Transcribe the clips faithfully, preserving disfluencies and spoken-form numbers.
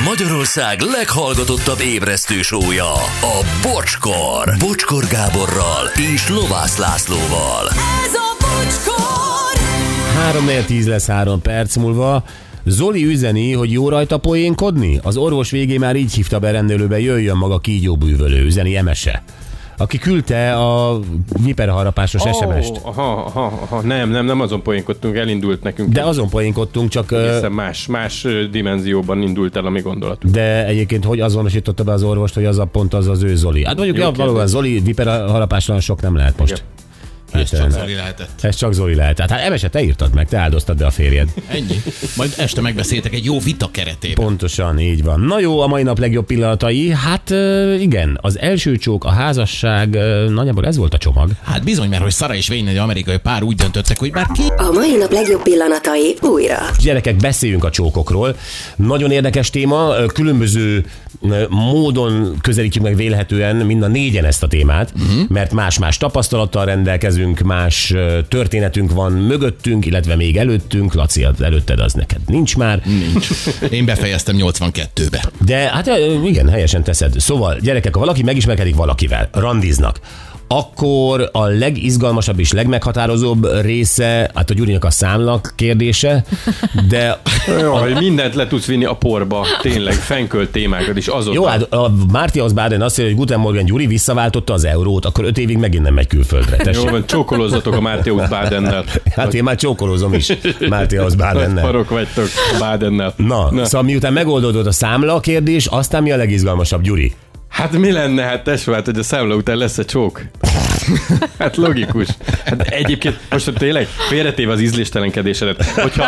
Magyarország leghallgatottabb ébresztő show-ja, a Bocskor. Bocskor Gáborral és Lovász Lászlóval. Ez a Bocskor! három négy tíz lesz három perc múlva. Zoli üzeni, hogy jó rajta poénkodni? Az orvos végén már így hívta be rendelőbe, jöjjön maga kígyóbűvölő, üzeni Emese, aki küldte a viperharapásos oh, es em est. Aha, aha, aha, nem, nem, nem azon poénkodtunk, elindult nekünk. De azon poénkodtunk, csak... Egészen más, más dimenzióban indult el a mi gondolatunk. De egyébként hogy azonosította be az orvost, hogy az a pont az az ő Zoli? Hát mondjuk, ja, valóban Zoli viperharapáslan sok nem lehet most. Igen. Ez csak Zoli lehetett. Ez csak Zoli lehetett. Hát Emese, te írtad meg, te áldoztad be a férjed. Ennyi. Majd este megbeszéltek egy jó vita keretében. Pontosan, így van. Na jó, a mai nap legjobb pillanatai. Hát igen, az első csók, a házasság, nagyjából ez volt a csomag. Hát bizony, mert hogy Sarah és Wayne, egy amerikai pár úgy döntöttek, hogy már ki... A mai nap legjobb pillanatai újra. Gyerekek, beszéljünk a csókokról. Nagyon érdekes téma, különböző módon közelítjük meg vélhetően mind a négyen ezt a témát, uh-huh. mert más-más tapasztalattal rendelkezünk, más történetünk van mögöttünk, illetve még előttünk. Laci, az előtted az neked nincs már. Nincs. Én befejeztem nyolcvankettőbe. De hát igen, helyesen teszed. Szóval, gyerekek, ha valaki megismerkedik valakivel, randiznak, akkor a legizgalmasabb és legmeghatározóbb része, hát a Gyurinak a számlak kérdése, de... Jaj, mindent le tudsz vinni a porba, tényleg, fenkölt témákat is azonnal. Jó, hát a Márti Osbaden azt mondja, hogy Guten Morgen Gyuri visszaváltotta az eurót, akkor öt évig megint nem megy külföldre. Tessék. Jó, van, csókolózzatok a Márti Osbadennel. Hát én már csókolózom is Márti Osbadennel. Parok vagytok a Badennel. Na, Na, szóval miután megoldódott a számla kérdés, aztán mi a legizgalmasabb, Gyuri? Hát mi lenne, hát testvát, hogy a számla után lesz a csók? Hát logikus. Hát egyébként most tényleg félretéve az ízléstelenkedésedet, hogyha,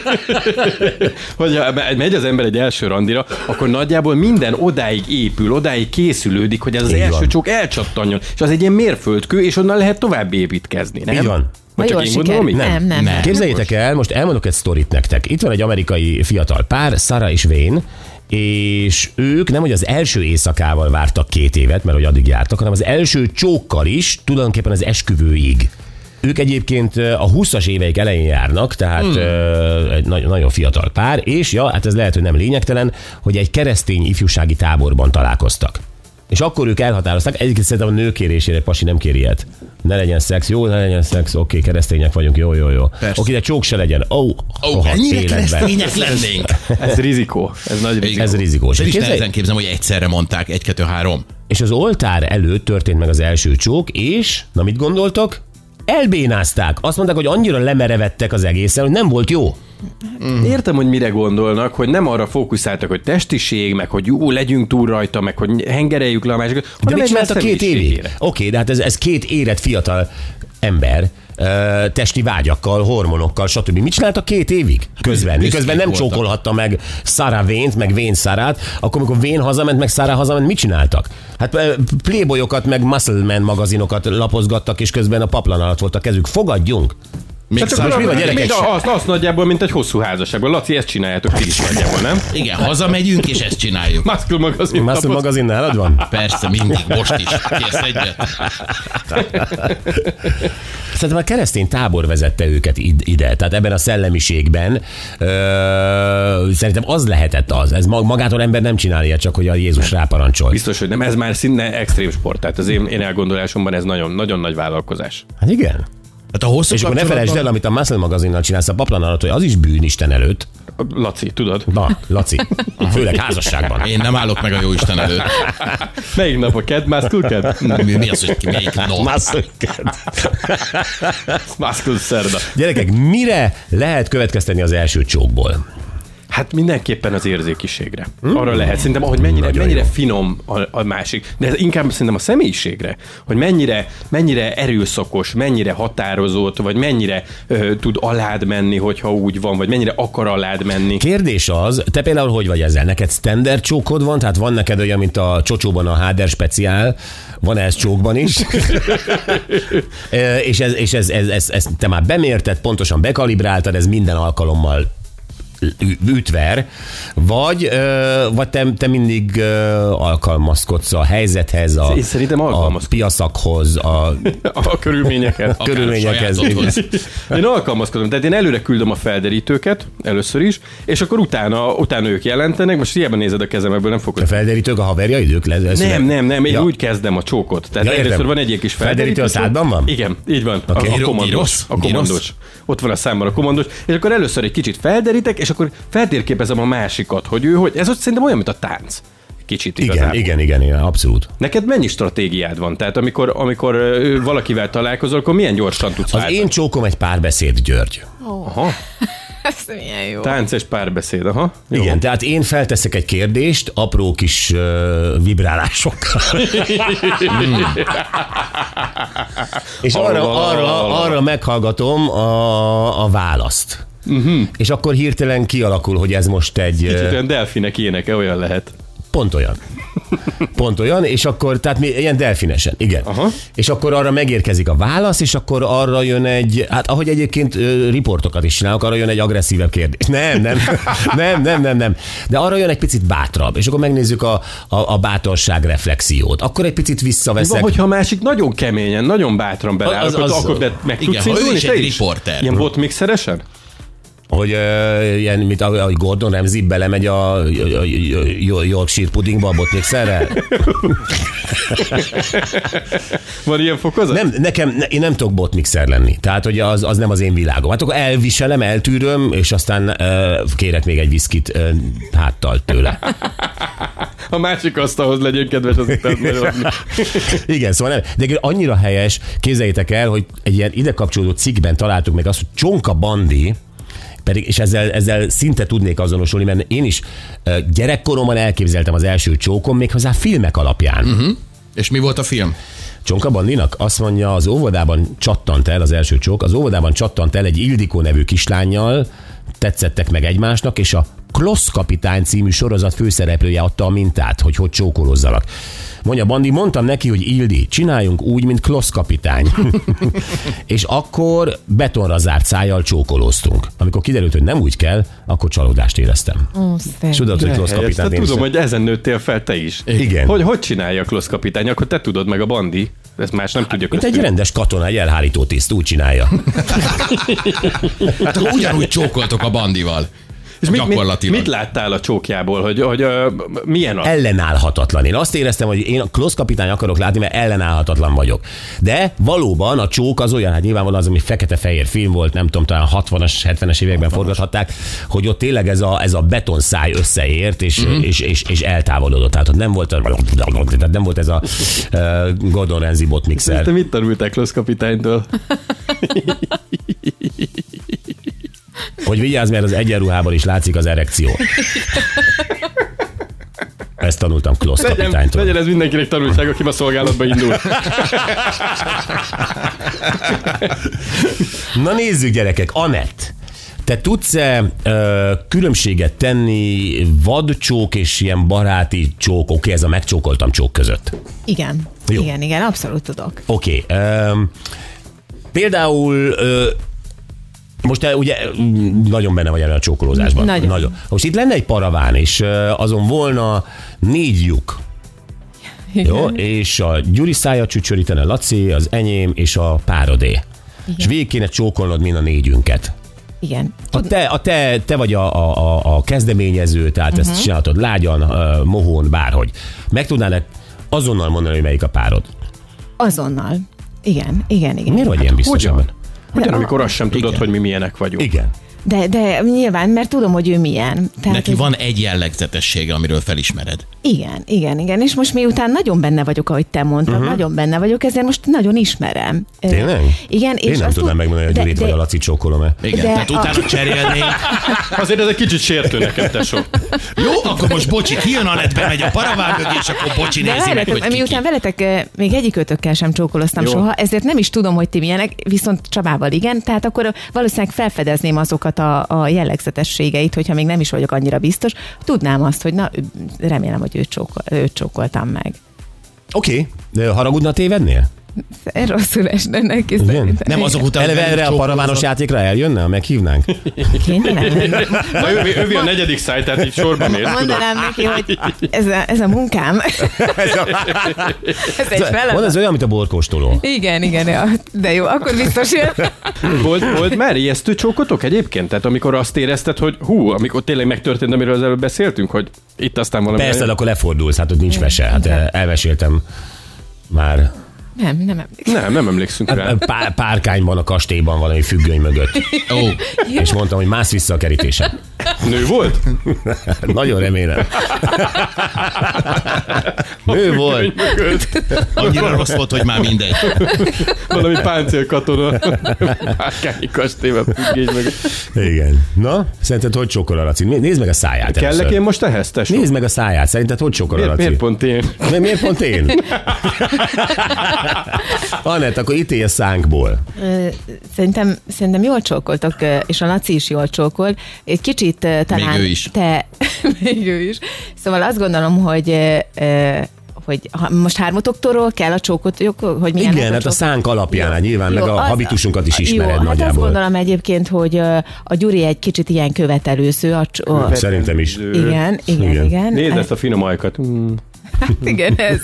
hogyha megy az ember egy első randira, akkor nagyjából minden odáig épül, odáig készülődik, hogy ez az Így első van. csók elcsattanjon, és az egy ilyen mérföldkő, és onnan lehet tovább építkezni, nem? Így van. Vagy csak én gondolom, így? Nem, nem, nem. Képzeljétek el, most elmondok egy sztorit nektek. Itt van egy amerikai fiatal pár, Sarah és Wayne, és ők nem, hogy az első éjszakával vártak két évet, mert hogy addig jártak, hanem az első csókkal is, tulajdonképpen az esküvőig. Ők egyébként a húszas éveik elején járnak, tehát hmm. egy nagyon fiatal pár, és ja, hát ez lehet, hogy nem lényegtelen, hogy egy keresztény ifjúsági táborban találkoztak. És akkor ők elhatározták, egyébként szerintem a nő kérésére pasi nem kéri ilyet. Ne legyen szex, jó, ne legyen szex, oké, okay, keresztények vagyunk, jó, jó, jó. Oké, de csók se legyen. Ó, oh, oh, ennyire keresztények lennénk. Ez rizikó, ez nagy rizikó. Ez rizikós. De is nehezen képzelem, hogy egyszerre mondták, egy, kettő, három. És az oltár előtt történt meg az első csók, és, na mit gondoltok? Elbénázták. Azt mondták, hogy annyira lemerevettek az egészen, hogy nem volt jó. Értem, hogy mire gondolnak, hogy nem arra fókuszáltak, hogy testiség, meg hogy jó, legyünk túl rajta, meg hogy hengereljük le a másikat. De mit csinált a két évig? Oké, okay, de hát ez, ez két érett fiatal ember, testi vágyakkal, hormonokkal, stb. Mit csinált a két évig? Közben. Miközben nem voltak. Csókolhatta meg Sarah Wayne-t, meg Wayne Sarah-t, akkor amikor Wayne hazament, meg Sarah hazament, mit csináltak? Hát Playboyokat, meg Muscle Man magazinokat lapozgattak, és közben a paplan alatt volt a kezük. Fogadjunk! Még csak most mi van, gyerekek? Még azt, azt nagyjából, mint egy hosszú házasságban. Laci, ezt csináljátok ti is nagyjából, nem? Igen, hazamegyünk, és ezt csináljuk. Muscle magazin. Muscle magazin nálad van? Persze, mindig, most is. Kérsz egyet? Szerintem a keresztény tábor vezette őket ide, tehát ebben a szellemiségben ö, szerintem az lehetett az. Ez magától ember nem csinálja, csak hogy a Jézus ráparancsol. Biztos, hogy nem. Ez már szinte extrém sport. Tehát az én, én elgondolásomban ez nagyon, nagyon nagy vállalkozás. Hát igen. Hát a hosszú És akkor ne felejtsd el, amit a Muscle magazinnal csinálsz a paplan alatt, hogy az is bűn Isten előtt. Laci, tudod? Na, Laci, főleg házasságban. Én nem állok meg a Jóisten előtt. Melyik nap a ked? Muscle ked? Mi, mi az, hogy ki, melyik nap? Muscle ked. Muscle szerda. Gyerekek, mire lehet következtetni az első csókból? Hát mindenképpen az érzékiségre. Arra lehet. Szerintem, hogy mennyire, mennyire finom a, a másik. De ez inkább szerintem a személyiségre. Hogy mennyire, mennyire erőszakos, mennyire határozott, vagy mennyire ö, tud alád menni, hogyha úgy van, vagy mennyire akar alád menni. Kérdés az, te például hogy vagy ezzel? Neked standard csókod van? Tehát van neked olyan, mint a csocsóban a Háder speciál, van ez csókban is. és ez, és ez, ez, ez, ez te már bemérted, pontosan bekalibráltad, ez minden alkalommal ütver, vagy, ö, vagy te, te mindig ö, alkalmazkodsz a helyzethez, a, Én szerintem a piaszakhoz, a, a körülményekhez. a körülményekhez. Én alkalmazkodom, tehát én előre küldöm a felderítőket, először is, és akkor utána, utána ők jelentenek, most hiába nézed a kezem, ebből nem fogok. A felderítők a haverjaid? Nem, nem, nem, én ja. úgy kezdem a csókot. Tehát Ja, először értem. van egy kis Felderítő a szádban van? Igen, így van. Okay. A, a komandós. Gyrosz? A komandós. Ott van a számban a komandós, és akkor először egy kicsit felderítek, és akkor feltérképezem a másikat, hogy ő hogy. Ez ott szerintem olyan, mint a tánc. Kicsit igazából. Igen, igen, igen, abszolút. Neked mennyi stratégiád van? Tehát amikor, amikor ö, valakivel találkozol, akkor milyen gyorsan tudsz Az váltani? én csókom egy párbeszéd, György. Aha, Ez milyen jó. tánc és párbeszéd, aha. Jó. Igen, tehát én felteszek egy kérdést apró kis uh, vibrálásokkal. És arra, arra, arra meghallgatom a, a választ. Uh-huh. És akkor hirtelen kialakul, hogy ez most egy... Kicsit uh, olyan delfinek éneke, olyan lehet. Pont olyan. Pont olyan, és akkor, tehát mi, ilyen delfinesen, igen. Aha. És akkor arra megérkezik a válasz, és akkor arra jön egy, hát ahogy egyébként ö, riportokat is csinálok, arra jön egy agresszívebb kérdés. Nem, nem, nem, nem, nem, nem. De arra jön egy picit bátrabb, és akkor megnézzük a, a, a bátorság reflexiót. Akkor egy picit visszaveszek. Van, hogyha a másik nagyon keményen, nagyon bátran beláll, Az- akkor, az- akkor de meg igen, tudsz ha ő indulni, is te egy riporter. Ilyen botmixeresen? Hogy uh, ilyen, mint ahogy Gordon Ramsay belemegy a, a, a, a Yorkshire puddingba a botmixerrel. Van ilyen fokozat? Nem, nekem, ne, én nem tudok botmixer lenni. Tehát, hogy az, az nem az én világom. Hát akkor elviselem, eltűröm, és aztán uh, kérek még egy viszkit uh, háttal tőle. A másik asztalhoz legyen kedves, az itt Igen, szóval nem. De annyira helyes, képzeljétek el, hogy egy ilyen ide kapcsolódó cikkben találtuk meg azt, hogy Csonka Bandi, pedig, és ezzel, ezzel szinte tudnék azonosulni, mert én is uh, gyerekkoromban elképzeltem az első csókom, méghozzá filmek alapján. Uh-huh. És mi volt a film? Csonka Bandinak azt mondja, az óvodában csattant el, az első csók, az óvodában csattant el egy Ildikó nevű kislánnyal, tetszettek meg egymásnak, és a Klossz kapitány című sorozat főszereplője adta a mintát, hogy hogy csókolózzanak. Mondja Bandi, mondtam neki, hogy Ildi, csináljunk úgy, mint Klossz kapitány. És akkor betonra zárt szájjal csókolóztunk. Amikor kiderült, hogy nem úgy kell, akkor csalódást éreztem. Ó, És tudod, hogy Klossz kapitány. Tudom, sem. Hogy ezen nőttél fel te is. Igen. Hogy, hogy csinálja a Klossz kapitány? Akkor te tudod meg a Bandi. Ezt más nem tudja. Mint egy rendes katona, egy elhárító tiszt, úgy csinálja. Hát akkor ugyanúgy csókoltok a Bandival. És mit, mit, Gyakorlatilag. mit láttál a csókjából, hogy, hogy uh, milyen az? Ellenállhatatlan. Én azt éreztem, hogy én a Klossz kapitány akarok látni, mert ellenállhatatlan vagyok. De valóban a csók az olyan, hát nyilvánvalóan az, ami fekete-fehér film volt, nem tudom, talán hatvanas, hetvenes években forgathatták, hogy ott tényleg ez a, ez a betonszáj összeért, és, mm-hmm. és, és, és eltávolodott. Tehát ott nem volt, a, tehát nem volt ez a uh, Gordon Ramsay botmixer. Te mit tanultál Klossz kapitánytól? Hogy vigyázz, mert az egyenruhában is látszik az erekció. Ezt tanultam Klossz Legyen, kapitánytól. legyen ez mindenkinek tanulság, aki a szolgálatba indul. Na nézzük, gyerekek, Anett. Te tudsz-e ö, különbséget tenni vadcsók és ilyen baráti csók, oké, ez a megcsókoltam csók között? Igen, Jó. igen, igen, abszolút tudok. Oké. Okay, például ö, most te ugye mm, nagyon benne vagy ebben a csókolózásban. Nagyon. nagyon. Most itt lenne egy paraván, és ö, azon volna négy lyuk. Igen. Jó? És a Gyuri szája csücsörítene, Laci, az enyém, és a párodé. És végig kéne csókolnod mind a négyünket. Igen. A te, a te, te vagy a, a, a kezdeményező, tehát uh-huh. ezt csinálhatod lágyan, uh, mohón, bárhogy. Meg tudnád azonnal mondani, hogy melyik a párod? Azonnal. Igen, igen, igen. Miért vagy ilyen biztos hogyan? ebben? Hogyan, amikor azt sem tudod, Igen. hogy mi milyenek vagyunk? Igen. De, de nyilván, mert tudom, hogy ő milyen. Tehát, Neki hogy- van egy jellegzetessége, amiről felismered. Igen, igen, igen. És most miután nagyon benne vagyok, ahogy te mondtad, uh-huh. nagyon benne vagyok, ezért most nagyon ismerem. Tényleg? Igen, Én és nem azt tudnám tud- megmondani, hogy de- Gyurit de- vagy a Laci csókolom-e. Igen, De tehát a- utána cserélnénk. Azért ez egy kicsit sértő nekem, tesó. Jó, akkor most bocsi, kijön a netbe, megy a paraván mögé, és akkor bocsi De nézi meg, várjátok, hogy ki, miután ki. veletek eh, még egyikőtökkel sem csókoloztam Jó. soha, ezért nem is tudom, hogy ti milyenek, viszont Csabával igen, tehát akkor valószínűleg felfedezném azokat a, a jellegzetességeit, hogyha még nem is vagyok annyira biztos, tudnám azt, hogy na, remélem, hogy őt, csókol, őt csókoltam meg. Oké, okay. Haragudna tévednél? rosszul esne neki Igen? szerintem. Nem azok után, Eleve erre a paravános játékra eljönne, ha meghívnánk? Kénytelen lenni. Na, ő, ő a negyedik száj, tehát így sorban mér. Mondanám neki, hogy ez a, ez a munkám. Ez egy Van feladat. ez olyan, mint a borkóstoló. Igen, igen, ja. De jó, akkor biztos jön. Volt, volt már ijesztő csókotok egyébként? Tehát amikor azt érezted, hogy hú, amikor tényleg megtörtént, amiről az előbb beszéltünk, hogy itt aztán valami... Persze, de akkor lefordulsz, hát ott nincs mese. Hát el- elmeséltem már. Nem, nem emlékszem. Nem, nem emlékszünk rá. Pár, párkányban a kastélyban valami függöny mögött. Ó, És mondtam, hogy mász vissza a kerítésen. Nő volt? Nagyon remélem. Nő volt. annyira rossz volt, hogy már mindegy. Valami páncélkatona. Párkányi kastélyban függés meg. Igen. Na, szerinted hogy csokol a Laci? Nézd meg a száját. Kellek először. én most ehhez, tesó? Nézd meg a száját. Szerinted hogy csokol a Miért, Laci? miért pont én? Mi- Miért pont én? Anett, akkor ítélj a szánkból. Ö, Szerintem, szerintem jól csókoltok, ö, és a Laci is jól csókol. Egy kicsit ö, talán Még ő is. te, még ő is. Szóval azt gondolom, hogy ö, ö, hogy ha most hármatoktól kell a csókot, hogy milyen Igen, hát a szánk alapján, hát nyilván, meg Jó, a az- habitusunkat is jó, ismered hát azt nagyjából. gondolom egyébként, hogy ö, a Gyuri egy kicsit ilyen követelőző. A, cs- a, Szerintem is. igen, igen, Igen. igen. igen. Nézd ezt a finom ajkat. Mm. Hát igen, ez,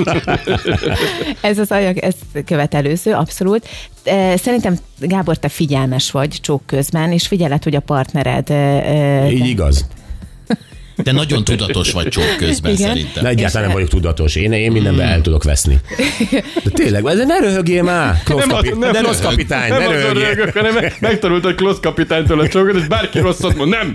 ez az ajak, ez követelőző, abszolút. Eh, Szerintem, Gábor, te figyelmes vagy csók közben, és figyeled, hogy a partnered... eh, eh, Így igaz. De nagyon tudatos vagy csók közben Igen. szerintem. De egyáltalán nem vagyok tudatos. Én, én mindenben el tudok veszni. De tényleg, ez ne röhögjél már, Klossz Nem az- kapi- nem de az- Klossz kapitány, Nem ne azon röhögjél. rögök, hanem megtanult, hogy Klossz kapitánytól a csókot, és bárki rosszat mond, nem.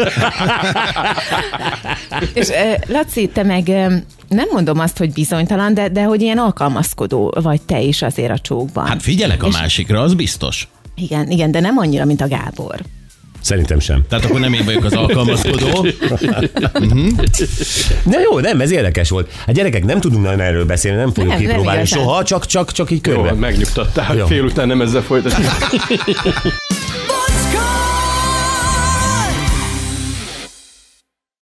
És eh, Laci, te meg eh, nem mondom azt, hogy bizonytalan, de, de hogy ilyen alkalmazkodó vagy te is azért a csókban. Hát figyelek a másikra, az biztos. Igen, igen, de nem annyira, mint a Gábor. Szerintem sem. Tehát akkor nem én vagyok az alkalmazkodó. De jó, nem, ez érdekes volt. Hát gyerekek, nem tudunk nagyon erről beszélni, nem fogjuk Nem, nem kipróbálni igazán. soha, csak, csak, csak így Jó, körbe. megnyugtattál, Jó. fél után nem ezzel folytatjuk.